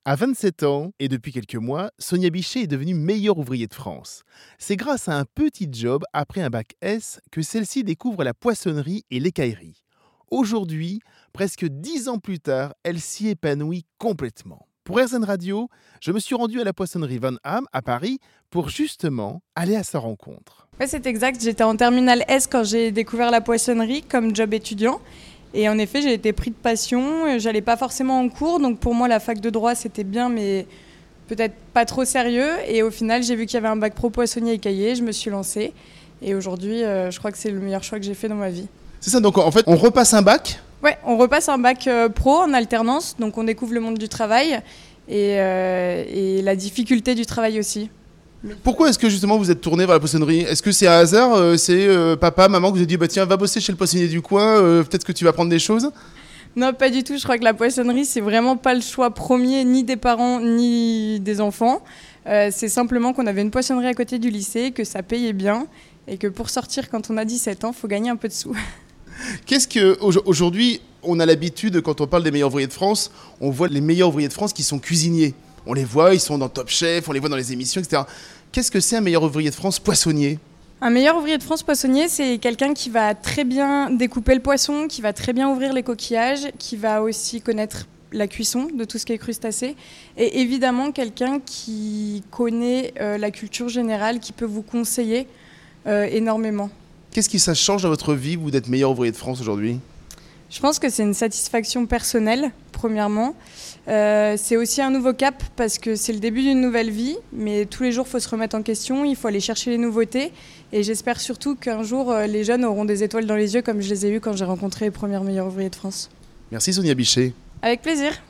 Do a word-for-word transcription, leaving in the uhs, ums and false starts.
À vingt-sept ans et depuis quelques mois, Sonia Bichet est devenue meilleure ouvrier de France. C'est grâce à un petit job après un bac S que celle-ci découvre la poissonnerie et l'écaillerie. Aujourd'hui, presque dix ans plus tard, elle s'y épanouit complètement. Pour R Z N Radio, je me suis rendu à la poissonnerie Van Ham à Paris pour justement aller à sa rencontre. Ouais, c'est exact. J'étais en terminale S quand j'ai découvert la poissonnerie comme job étudiant. Et en effet, j'ai été pris de passion. J'allais pas forcément en cours, donc pour moi, la fac de droit, c'était bien, mais peut-être pas trop sérieux. Et au final, j'ai vu qu'il y avait un bac pro poissonnier et caillé. Je me suis lancée. Et aujourd'hui, euh, je crois que c'est le meilleur choix que j'ai fait dans ma vie. C'est ça, donc en fait, on repasse un bac ? Ouais, on repasse un bac euh, pro en alternance, donc on découvre le monde du travail et, euh, et la difficulté du travail aussi. Pourquoi est-ce que justement vous êtes tourné vers la poissonnerie ? Est-ce que c'est un hasard ? euh, C'est euh, papa, maman qui vous a dit bah, tiens, va bosser chez le poissonnier du coin, euh, peut-être que tu vas apprendre des choses ? Non, pas du tout. Je crois que la poissonnerie, c'est vraiment pas le choix premier, ni des parents, ni des enfants. Euh, c'est simplement qu'on avait une poissonnerie à côté du lycée, que ça payait bien et que pour sortir quand on a dix-sept ans, il faut gagner un peu de sous. Qu'est-ce que aujourd'hui on a l'habitude, quand on parle des meilleurs ouvriers de France, on voit les meilleurs ouvriers de France qui sont cuisiniers. On les voit, ils sont dans Top Chef, on les voit dans les émissions, et cetera. Qu'est-ce que c'est un meilleur ouvrier de France poissonnier ? Un meilleur ouvrier de France poissonnier, c'est quelqu'un qui va très bien découper le poisson, qui va très bien ouvrir les coquillages, qui va aussi connaître la cuisson de tout ce qui est crustacé, et évidemment quelqu'un qui connaît euh, la culture générale, qui peut vous conseiller euh, énormément. Qu'est-ce qui ça change dans votre vie, vous, d'être meilleur ouvrier de France aujourd'hui ? Je pense que c'est une satisfaction personnelle, premièrement. Euh, c'est aussi un nouveau cap parce que c'est le début d'une nouvelle vie, mais tous les jours, il faut se remettre en question, il faut aller chercher les nouveautés. Et j'espère surtout qu'un jour, les jeunes auront des étoiles dans les yeux comme je les ai eues quand j'ai rencontré les premiers meilleurs ouvriers de France. Merci Sonia Bichet. Avec plaisir.